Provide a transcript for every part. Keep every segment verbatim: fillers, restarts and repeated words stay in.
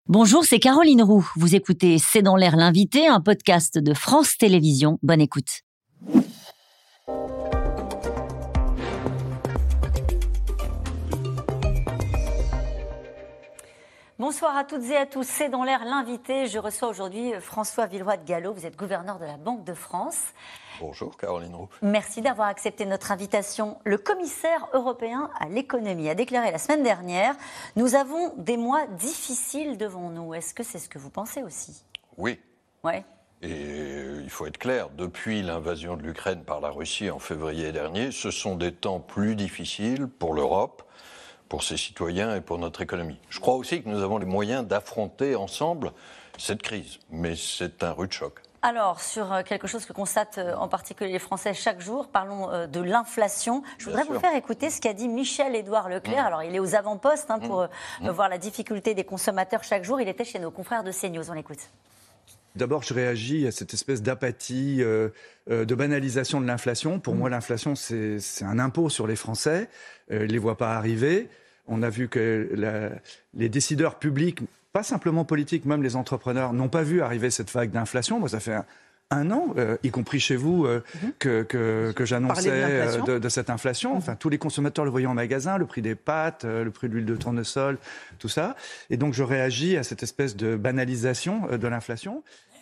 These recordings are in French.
Bonjour, c'est Caroline Roux. Vous écoutez C'est dans l'air l'invité, un podcast de France Télévisions. Bonne écoute. Bonsoir à toutes et à tous, c'est dans l'air l'invité. Je reçois aujourd'hui François Villois de Galhau. Vous êtes gouverneur de la Banque de France. Bonjour Caroline Roux. Merci d'avoir accepté notre invitation. Le commissaire européen à l'économie a déclaré la semaine dernière « Nous avons des mois difficiles devant nous ». Est-ce que c'est ce que vous pensez aussi ? Oui. Ouais. Et il faut être clair, depuis l'invasion de l'Ukraine par la Russie en février dernier, ce sont des temps plus difficiles pour l'Europe, pour ses citoyens et pour notre économie. Je crois aussi que nous avons les moyens d'affronter ensemble cette crise, mais c'est un rude choc. Alors, sur quelque chose que constatent en particulier les Français chaque jour, parlons de l'inflation. Je voudrais vous faire écouter ce qu'a dit Michel-Édouard Leclerc. Mmh. Alors, il est aux avant-postes hein, pour mmh. voir la difficulté des consommateurs chaque jour. Il était chez nos confrères de CNews. On l'écoute. D'abord, je réagis à cette espèce d'apathie, euh, euh, de banalisation de l'inflation. Pour mmh. moi, l'inflation, c'est, c'est un impôt sur les Français. Euh, ils ne les voient pas arriver. On a vu que la, les décideurs publics, pas simplement politiques, même les entrepreneurs, n'ont pas vu arriver cette vague d'inflation. Moi, ça fait un, un an, euh, y compris chez vous, euh, mmh. que, que, que j'annonçais euh, de, de cette inflation. Enfin, tous les consommateurs le voyaient en magasin, le prix des pâtes, euh, le prix de l'huile de tournesol, tout ça. Et donc, je réagis à cette espèce de banalisation euh, de l'inflation.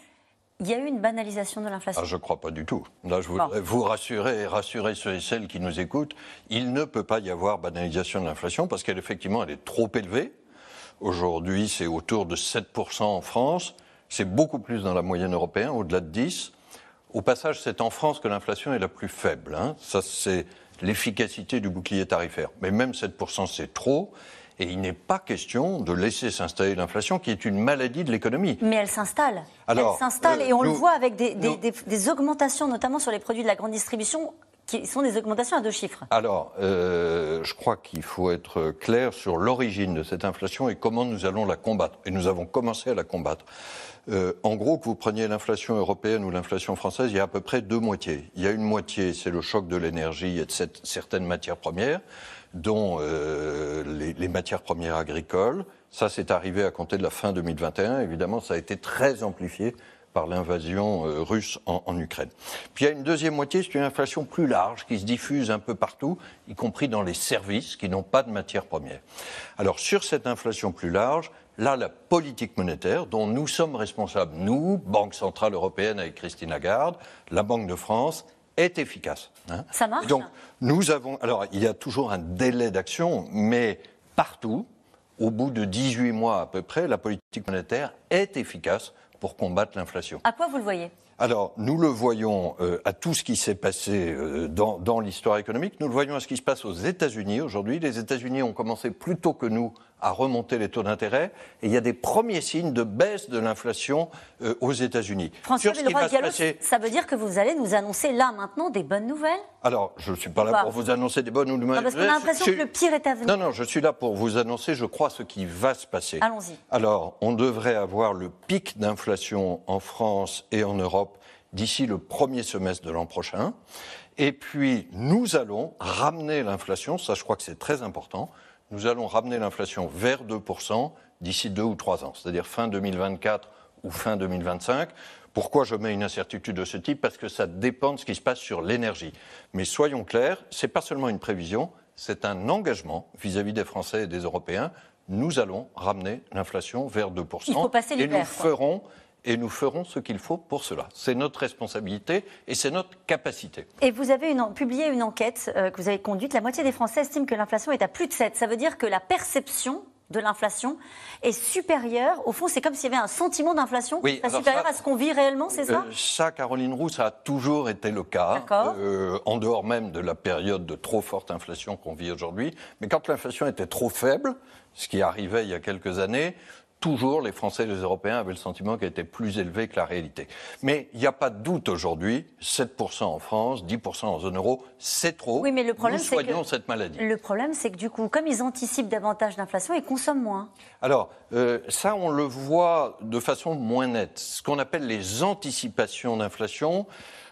Il y a eu une banalisation de l'inflation ? Ah, je ne crois pas du tout. Là, je voudrais bon. vous rassurer et rassurer ceux et celles qui nous écoutent. Il ne peut pas y avoir banalisation de l'inflation parce qu'effectivement, elle est trop élevée. Aujourd'hui, c'est autour de sept pour cent en France. C'est beaucoup plus dans la moyenne européenne, au-delà de dix. Au passage, c'est en France que l'inflation est la plus faible. Hein. Ça, c'est l'efficacité du bouclier tarifaire. Mais même sept pour cent, c'est trop. Et il n'est pas question de laisser s'installer l'inflation, qui est une maladie de l'économie. Mais elle s'installe. Alors, elle s'installe euh, et on nous, le voit avec des, des, des, des augmentations, notamment sur les produits de la grande distribution, qui sont des augmentations à deux chiffres. Alors, euh, je crois qu'il faut être clair sur l'origine de cette inflation et comment nous allons la combattre. Et nous avons commencé à la combattre. Euh, en gros, que vous preniez l'inflation européenne ou l'inflation française, il y a à peu près deux moitiés. Il y a une moitié, c'est le choc de l'énergie et de cette, certaines matières premières, dont euh, les, les matières premières agricoles. Ça, c'est arrivé à compter de la fin deux mille vingt et un. Évidemment, ça a été très amplifié par l'invasion euh, russe en, en Ukraine. Puis il y a une deuxième moitié, c'est une inflation plus large qui se diffuse un peu partout, y compris dans les services qui n'ont pas de matières premières. Alors, sur cette inflation plus large, là, la politique monétaire, dont nous sommes responsables, nous, Banque Centrale Européenne avec Christine Lagarde, la Banque de France, est efficace. Hein. Ça marche ? Et donc, nous avons... Alors, il y a toujours un délai d'action, mais partout, au bout de dix-huit mois à peu près, la politique monétaire est efficace pour combattre l'inflation. À quoi vous le voyez ? Alors, nous le voyons euh, à tout ce qui s'est passé euh, dans, dans l'histoire économique. Nous le voyons à ce qui se passe aux États-Unis aujourd'hui. Les États-Unis ont commencé plus tôt que nous à remonter les taux d'intérêt. Et il y a des premiers signes de baisse de l'inflation euh, aux États-Unis. François Villois de Galhau, passer... ça veut dire que vous allez nous annoncer là, maintenant, des bonnes nouvelles ? Alors, je ne suis pas là Quoi pour vous annoncer des bonnes nouvelles. Non, parce qu'on a l'impression je... que le pire est à venir. Non, non, je suis là pour vous annoncer, je crois, ce qui va se passer. Allons-y. Alors, on devrait avoir le pic d'inflation en France et en Europe d'ici le premier semestre de l'an prochain. Et puis, nous allons ramener l'inflation, ça je crois que c'est très important, nous allons ramener l'inflation vers deux pour cent d'ici deux ou trois ans, c'est-à-dire fin deux mille vingt-quatre ou fin deux mille vingt-cinq. Pourquoi je mets une incertitude de ce type ? Parce que ça dépend de ce qui se passe sur l'énergie. Mais soyons clairs, ce n'est pas seulement une prévision, c'est un engagement vis-à-vis des Français et des Européens. Nous allons ramener l'inflation vers deux pour cent. Il faut passer l'hiver, et nous ferons... Quoi. Et nous ferons ce qu'il faut pour cela. C'est notre responsabilité et c'est notre capacité. Et vous avez une, publié une enquête euh, que vous avez conduite. La moitié des Français estiment que l'inflation est à plus de sept. Ça veut dire que la perception de l'inflation est supérieure. Au fond, c'est comme s'il y avait un sentiment d'inflation oui, pas supérieur ça, à ce qu'on vit réellement, c'est ça euh, Ça, Caroline Roux, ça a toujours été le cas, euh, en dehors même de la période de trop forte inflation qu'on vit aujourd'hui. Mais quand l'inflation était trop faible, ce qui arrivait il y a quelques années, toujours, les Français et les Européens avaient le sentiment qu'elle était plus élevée que la réalité. Mais il n'y a pas de doute aujourd'hui, sept pour cent en France, dix pour cent en zone euro, c'est trop. Oui, mais le problème, Nous c'est soignons que, cette maladie. Le problème, c'est que du coup, comme ils anticipent davantage d'inflation, ils consomment moins. Alors, euh, ça, on le voit de façon moins nette. Ce qu'on appelle les anticipations d'inflation,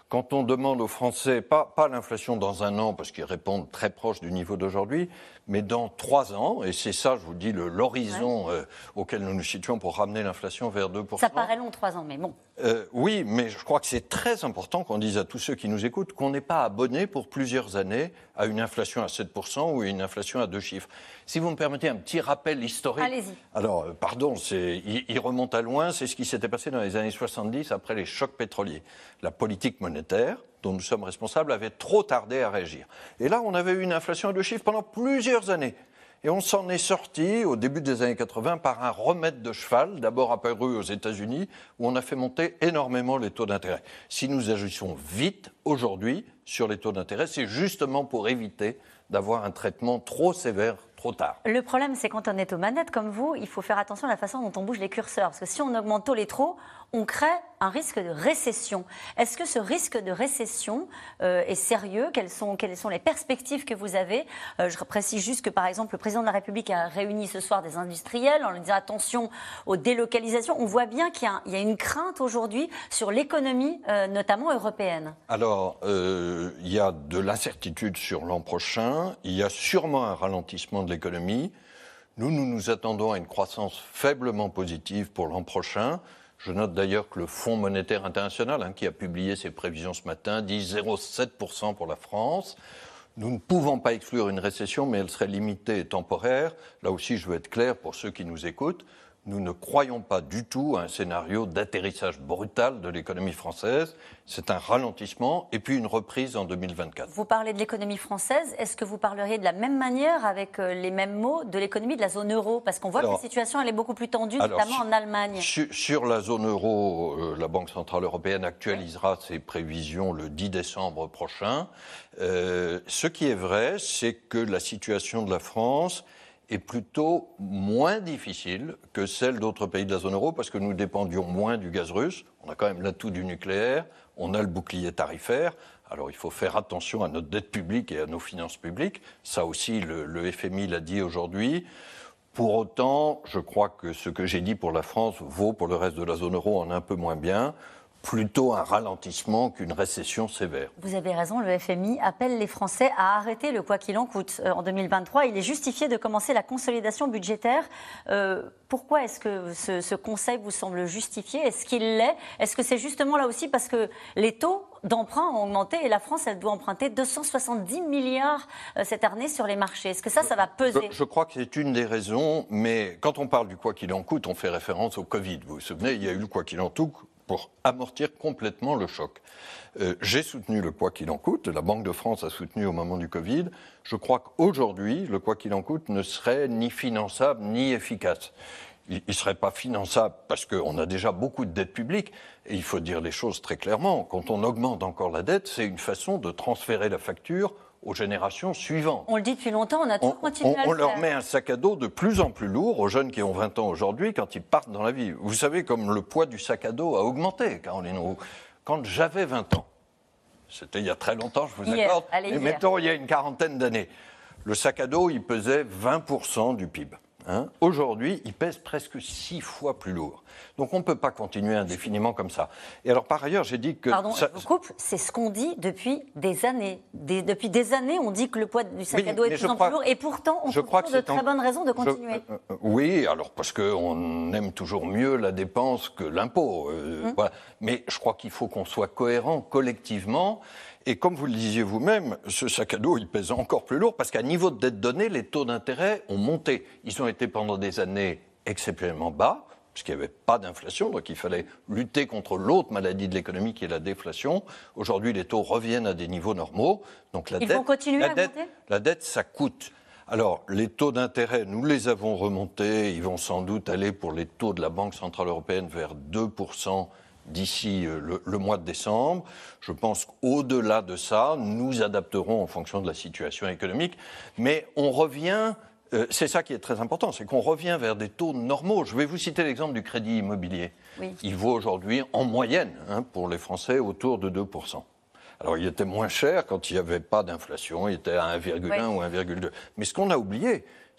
quand on demande aux Français, pas, pas l'inflation dans un an, parce qu'ils répondent très proche du niveau d'aujourd'hui, mais dans trois ans, et c'est ça, je vous dis, le, l'horizon ouais. euh, auquel nous nous situons pour ramener l'inflation vers deux pour cent. Ça paraît long, trois ans, mais bon. Euh, oui, mais je crois que c'est très important qu'on dise à tous ceux qui nous écoutent qu'on n'est pas abonné pour plusieurs années à une inflation à sept pour cent ou une inflation à deux chiffres. Si vous me permettez un petit rappel historique. Allez-y. Alors, euh, pardon, c'est, il, il remonte à loin, c'est ce qui s'était passé dans les années soixante-dix après les chocs pétroliers. La politique monétaire, dont nous sommes responsables, avait trop tardé à réagir. Et là, on avait eu une inflation à deux chiffres pendant plusieurs années. Et on s'en est sorti au début des années quatre-vingts par un remède de cheval, d'abord apparu aux États-Unis, où on a fait monter énormément les taux d'intérêt. Si nous agissons vite aujourd'hui sur les taux d'intérêt, c'est justement pour éviter d'avoir un traitement trop sévère trop tard. Le problème, c'est quand on est aux manettes comme vous, il faut faire attention à la façon dont on bouge les curseurs. Parce que si on augmente tôt les trop, on crée un risque de récession. Est-ce que ce risque de récession euh, est sérieux ? Quelles sont, quelles sont les perspectives que vous avez ? euh, Je précise juste que, par exemple, le président de la République a réuni ce soir des industriels en leur disant attention aux délocalisations. On voit bien qu'il y a, il y a une crainte aujourd'hui sur l'économie, euh, notamment européenne. Alors, euh, il y a de l'incertitude sur l'an prochain. Il y a sûrement un ralentissement de l'économie. Nous, nous nous attendons à une croissance faiblement positive pour l'an prochain. Je note d'ailleurs que le Fonds monétaire international, hein, qui a publié ses prévisions ce matin, dit zéro virgule sept pour cent pour la France. Nous ne pouvons pas exclure une récession, mais elle serait limitée et temporaire. Là aussi, je veux être clair pour ceux qui nous écoutent. Nous ne croyons pas du tout à un scénario d'atterrissage brutal de l'économie française. C'est un ralentissement et puis une reprise en deux mille vingt-quatre. Vous parlez de l'économie française. Est-ce que vous parleriez de la même manière, avec les mêmes mots, de l'économie de la zone euro ? Parce qu'on voit alors, que la situation elle est beaucoup plus tendue, alors, notamment en Allemagne. Sur, sur la zone euro, euh, la Banque centrale européenne actualisera oui. ses prévisions le dix décembre prochain. Euh, ce qui est vrai, c'est que la situation de la France est plutôt moins difficile que celle d'autres pays de la zone euro parce que nous dépendions moins du gaz russe. On a quand même l'atout du nucléaire, on a le bouclier tarifaire. Alors il faut faire attention à notre dette publique et à nos finances publiques. Ça aussi, le, le F M I l'a dit aujourd'hui. Pour autant, je crois que ce que j'ai dit pour la France vaut pour le reste de la zone euro en un peu moins bien. Plutôt un ralentissement qu'une récession sévère. Vous avez raison, le F M I appelle les Français à arrêter le quoi qu'il en coûte. Euh, en deux mille vingt-trois, il est justifié de commencer la consolidation budgétaire. Euh, pourquoi est-ce que ce, ce conseil vous semble justifié ? Est-ce qu'il l'est ? Est-ce que c'est justement là aussi parce que les taux d'emprunt ont augmenté et la France, elle doit emprunter deux cent soixante-dix milliards euh, cette année sur les marchés ? Est-ce que ça, ça va peser ? je, je crois que c'est une des raisons, mais quand on parle du quoi qu'il en coûte, on fait référence au Covid. Vous vous souvenez, il y a eu le quoi qu'il en coûte pour amortir complètement le choc. Euh, j'ai soutenu le quoi qu'il en coûte, la Banque de France a soutenu au moment du Covid. Je crois qu'aujourd'hui, le quoi qu'il en coûte ne serait ni finançable ni efficace. Il ne serait pas finançable parce qu'on a déjà beaucoup de dettes publiques. Et il faut dire les choses très clairement. Quand on augmente encore la dette, c'est une façon de transférer la facture aux générations suivantes. On le dit depuis longtemps, on a toujours continué on, à le on faire. leur met un sac à dos de plus en plus lourd aux jeunes qui ont vingt ans aujourd'hui quand ils partent dans la vie. Vous savez, comme le poids du sac à dos a augmenté, Caroline Roux. Quand j'avais vingt ans, c'était il y a très longtemps, je vous hier, accorde, allez, mais mettons il y a une quarantaine d'années, le sac à dos, il pesait vingt pour cent du P I B. Hein. Aujourd'hui, il pèse presque six fois plus lourd. Donc on ne peut pas continuer indéfiniment comme ça. Et alors par ailleurs, j'ai dit que... Pardon, ça... je vous coupe, c'est ce qu'on dit depuis des années. Des, depuis des années, on dit que le poids du sac oui, à dos est de plus en crois, plus lourd et pourtant, on trouve de en... très bonnes raisons de continuer. Je, euh, oui, alors parce qu'on aime toujours mieux la dépense que l'impôt. Euh, hum. Voilà. Mais je crois qu'il faut qu'on soit cohérent collectivement. Et comme vous le disiez vous-même, ce sac à dos, il pèse encore plus lourd parce qu'à niveau de dette donnée, les taux d'intérêt ont monté. Ils ont été pendant des années exceptionnellement bas, puisqu'il n'y avait pas d'inflation, donc il fallait lutter contre l'autre maladie de l'économie qui est la déflation. Aujourd'hui, les taux reviennent à des niveaux normaux. Donc la Ils dette, vont continuer la à dette, augmenter ? La dette, ça coûte. Alors, les taux d'intérêt, nous les avons remontés. Ils vont sans doute aller pour les taux de la Banque centrale européenne vers deux pour cent d'ici le, le mois de décembre. Je pense qu'au-delà de ça, nous adapterons en fonction de la situation économique. Mais on revient, euh, c'est ça qui est très important, c'est qu'on revient vers des taux normaux. Je vais vous citer l'exemple du crédit immobilier. Oui. Il vaut aujourd'hui, en moyenne, hein, pour les Français, autour de deux pour cent. Alors, il était moins cher quand il n'y avait pas d'inflation, il était à un virgule un oui. ou un virgule deux. Mais ce qu'on a oublié,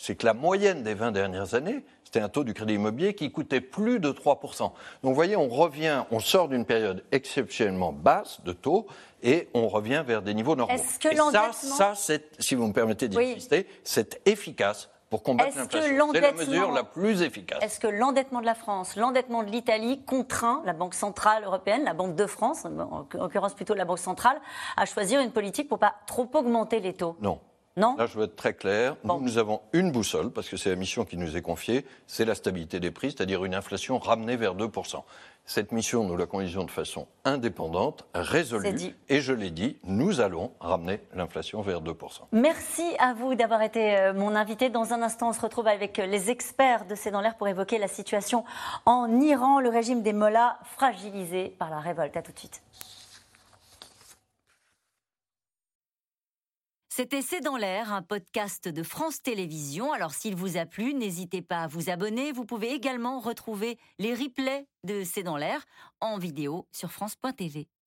c'est que la moyenne des vingt dernières années, c'était un taux du crédit immobilier qui coûtait plus de trois pour cent. Donc vous voyez, on revient, on sort d'une période exceptionnellement basse de taux et on revient vers des niveaux normaux. Est-ce que et ça, l'endettement... ça c'est, si vous me permettez d'y Oui. insister, c'est efficace pour combattre l'inflation. C'est la mesure la plus efficace. Est-ce que l'endettement de la France, l'endettement de l'Italie contraint la Banque centrale européenne, la Banque de France, en l'occurrence plutôt la Banque centrale, à choisir une politique pour ne pas trop augmenter les taux ? Non. Non. Là, je veux être très clair. Bon. Nous, nous avons une boussole, parce que c'est la mission qui nous est confiée, c'est la stabilité des prix, c'est-à-dire une inflation ramenée vers deux pour cent. Cette mission, nous la conduisons de façon indépendante, résolue, et je l'ai dit, nous allons ramener l'inflation vers deux pour cent. Merci à vous d'avoir été mon invité. Dans un instant, on se retrouve avec les experts de C'est dans l'air pour évoquer la situation en Iran, le régime des mollahs fragilisé par la révolte. À tout de suite. C'était C'est dans l'air, un podcast de France Télévisions. Alors s'il vous a plu, n'hésitez pas à vous abonner. Vous pouvez également retrouver les replays de C'est dans l'air en vidéo sur France point T V.